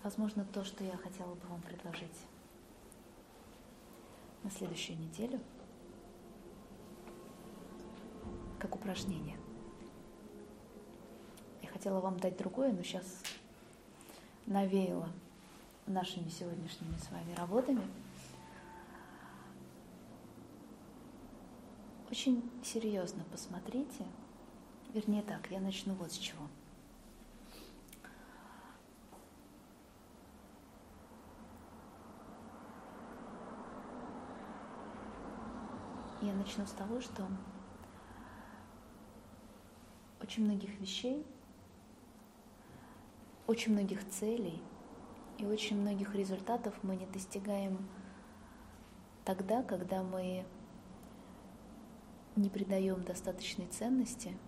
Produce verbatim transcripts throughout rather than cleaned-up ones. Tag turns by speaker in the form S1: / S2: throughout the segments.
S1: возможно, то, что я хотела бы вам предложить на следующую неделю, как упражнение. Я хотела вам дать другое, но сейчас навеяла нашими сегодняшними с вами работами. Очень серьезно посмотрите, вернее так, я начну вот с чего. Я начну с того, что очень многих вещей, очень многих целей и очень многих результатов мы не достигаем тогда, когда мы не придаем достаточной ценности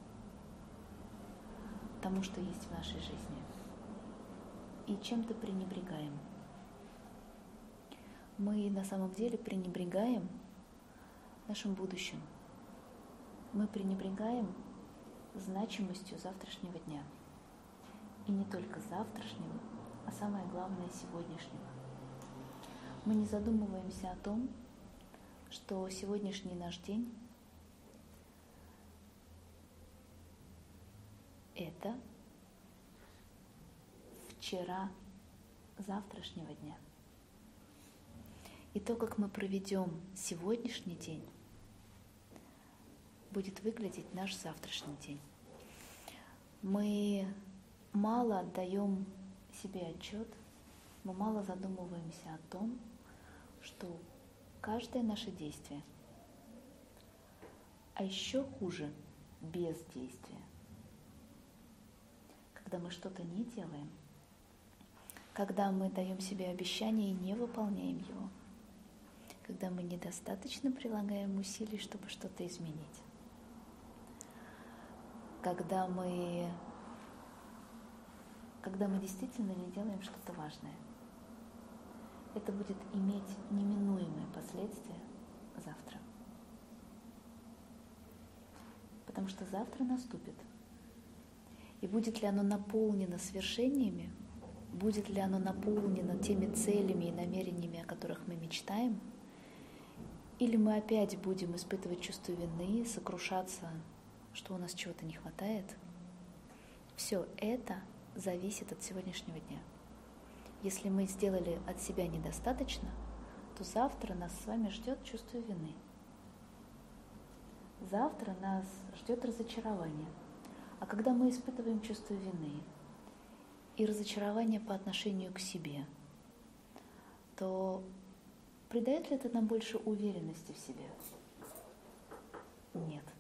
S1: тому, что есть в нашей жизни, и чем-то пренебрегаем. Мы на самом деле пренебрегаем нашим будущим. Мы пренебрегаем значимостью завтрашнего дня. И не только завтрашнего, а самое главное сегодняшнего. Мы не задумываемся о том, что сегодняшний наш день – это вчера завтрашнего дня. И то, как мы проведем сегодняшний день, будет выглядеть наш завтрашний день. Мы мало отдаем себе отчет, мы мало задумываемся о том, что каждое наше действие, а еще хуже бездействие, когда мы что-то не делаем, когда мы даем себе обещание и не выполняем его, когда мы недостаточно прилагаем усилий, чтобы что-то изменить, когда мы, когда мы действительно не делаем что-то важное. Это будет иметь неминуемые последствия завтра. Потому что завтра наступит. И будет ли оно наполнено свершениями, будет ли оно наполнено теми целями и намерениями, о которых мы мечтаем, или мы опять будем испытывать чувство вины, сокрушаться, что у нас чего-то не хватает. Все это зависит от сегодняшнего дня. Если мы сделали от себя недостаточно, то завтра нас с вами ждет чувство вины. Завтра нас ждет разочарование. А когда мы испытываем чувство вины и разочарование по отношению к себе, то придает ли это нам больше уверенности в себе? Нет.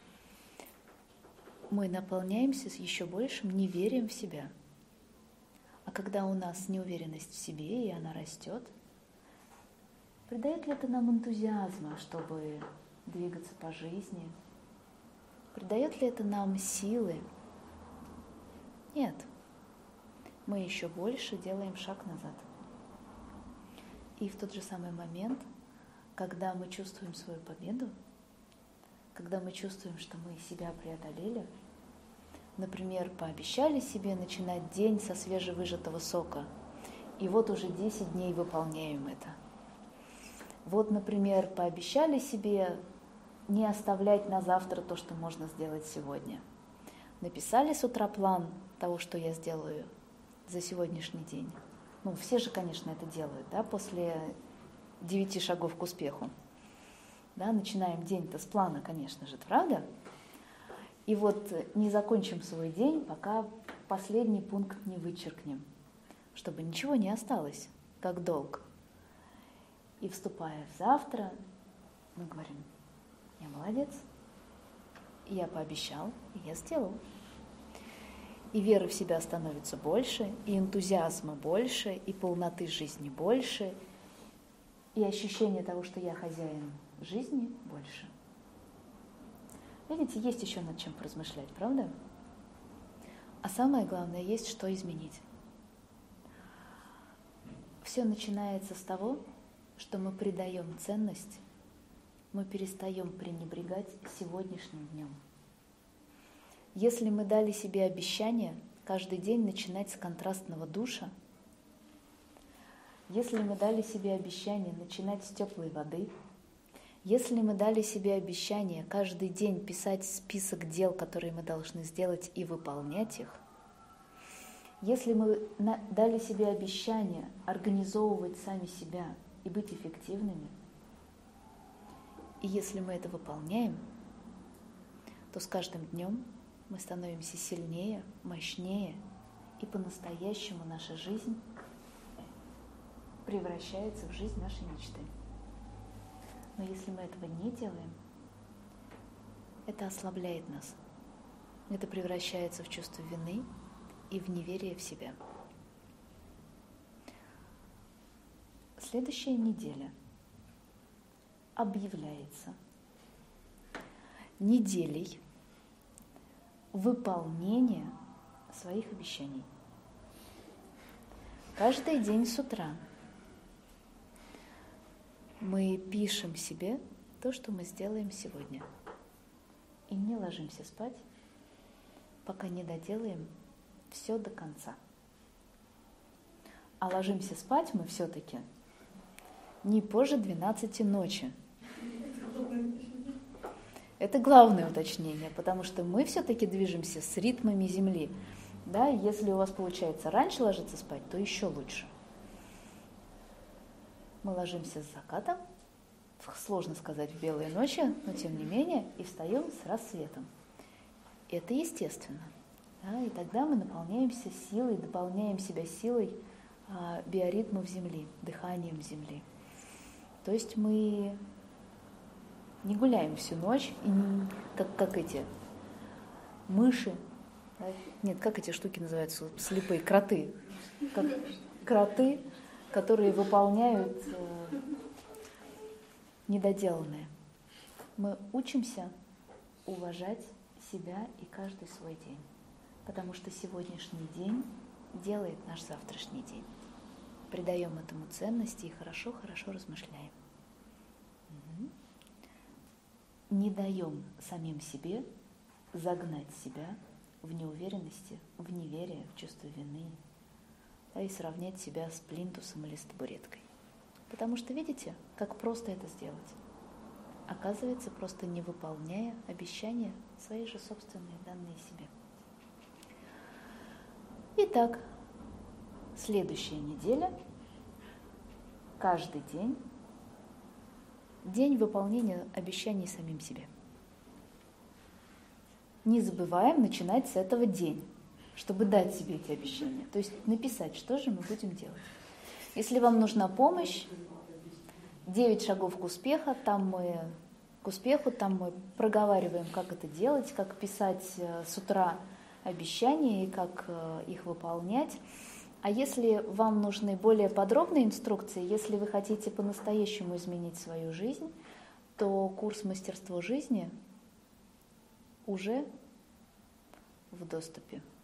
S1: Мы наполняемся с еще большим неверием в себя. А когда у нас неуверенность в себе, и она растет, придает ли это нам энтузиазма, чтобы двигаться по жизни? Придает ли это нам силы? Нет. Мы еще больше делаем шаг назад. И в тот же самый момент, когда мы чувствуем свою победу, когда мы чувствуем, что мы себя преодолели, например, пообещали себе начинать день со свежевыжатого сока, и вот уже десять дней выполняем это. Вот, например, пообещали себе не оставлять на завтра то, что можно сделать сегодня. Написали с утра план того, что я сделаю за сегодняшний день. Ну, все же, конечно, это делают, да, после девяти шагов к успеху. Да, начинаем день-то с плана, конечно же, правда? И вот не закончим свой день, пока последний пункт не вычеркнем, чтобы ничего не осталось, как долг. И вступая в завтра, мы говорим: я молодец, я пообещал, и я сделал. И веры в себя становится больше, и энтузиазма больше, и полноты жизни больше, и ощущение того, что я хозяин жизни, больше. Видите, есть еще над чем поразмышлять, правда? А самое главное, есть что изменить. Все начинается с того, что мы придаем ценность, мы перестаем пренебрегать сегодняшним днем. Если мы дали себе обещание каждый день начинать с контрастного душа, Если мы дали себе обещание начинать с теплой воды, если мы дали себе обещание каждый день писать список дел, которые мы должны сделать, и выполнять их, если мы дали себе обещание организовывать сами себя и быть эффективными, и если мы это выполняем, то с каждым днем мы становимся сильнее, мощнее, и по-настоящему наша жизнь превращается в жизнь нашей мечты. Но если мы этого не делаем, это ослабляет нас. Это превращается в чувство вины и в неверие в себя. Следующая неделя объявляется неделей выполнения своих обещаний. Каждый день с утра мы пишем себе то, что мы сделаем сегодня. И не ложимся спать, пока не доделаем все до конца. А ложимся спать мы все-таки не позже двенадцати ночи. Это главное уточнение, потому что мы все-таки движемся с ритмами Земли. Да, если у вас получается раньше ложиться спать, то еще лучше. Мы ложимся с закатом, сложно сказать, в белые ночи, но тем не менее, и встаем с рассветом. Это естественно. Да, и тогда мы наполняемся силой, дополняем себя силой а, биоритмов Земли, дыханием Земли. То есть мы не гуляем всю ночь, и не, как, как эти мыши, да? Нет, как эти штуки называются, слепые, кроты, как кроты, которые выполняют э, недоделанное. Мы учимся уважать себя и каждый свой день, потому что сегодняшний день делает наш завтрашний день. Придаем этому ценности и хорошо-хорошо размышляем. Угу. Не даем самим себе загнать себя в неуверенности, в неверие, в чувство вины, да, и сравнять себя с плинтусом или с табуреткой. Потому что видите, как просто это сделать? Оказывается, просто не выполняя обещания свои же собственные, данные себе. Итак, следующая неделя, каждый день, день выполнения обещаний самим себе. Не забываем начинать с этого день, чтобы дать себе эти обещания. То есть написать, что же мы будем делать. Если вам нужна помощь, девять шагов к успеху, там мы, к успеху, там мы проговариваем, как это делать, как писать с утра обещания и как их выполнять. А если вам нужны более подробные инструкции, если вы хотите по-настоящему изменить свою жизнь, то курс «Мастерство жизни» уже в доступе.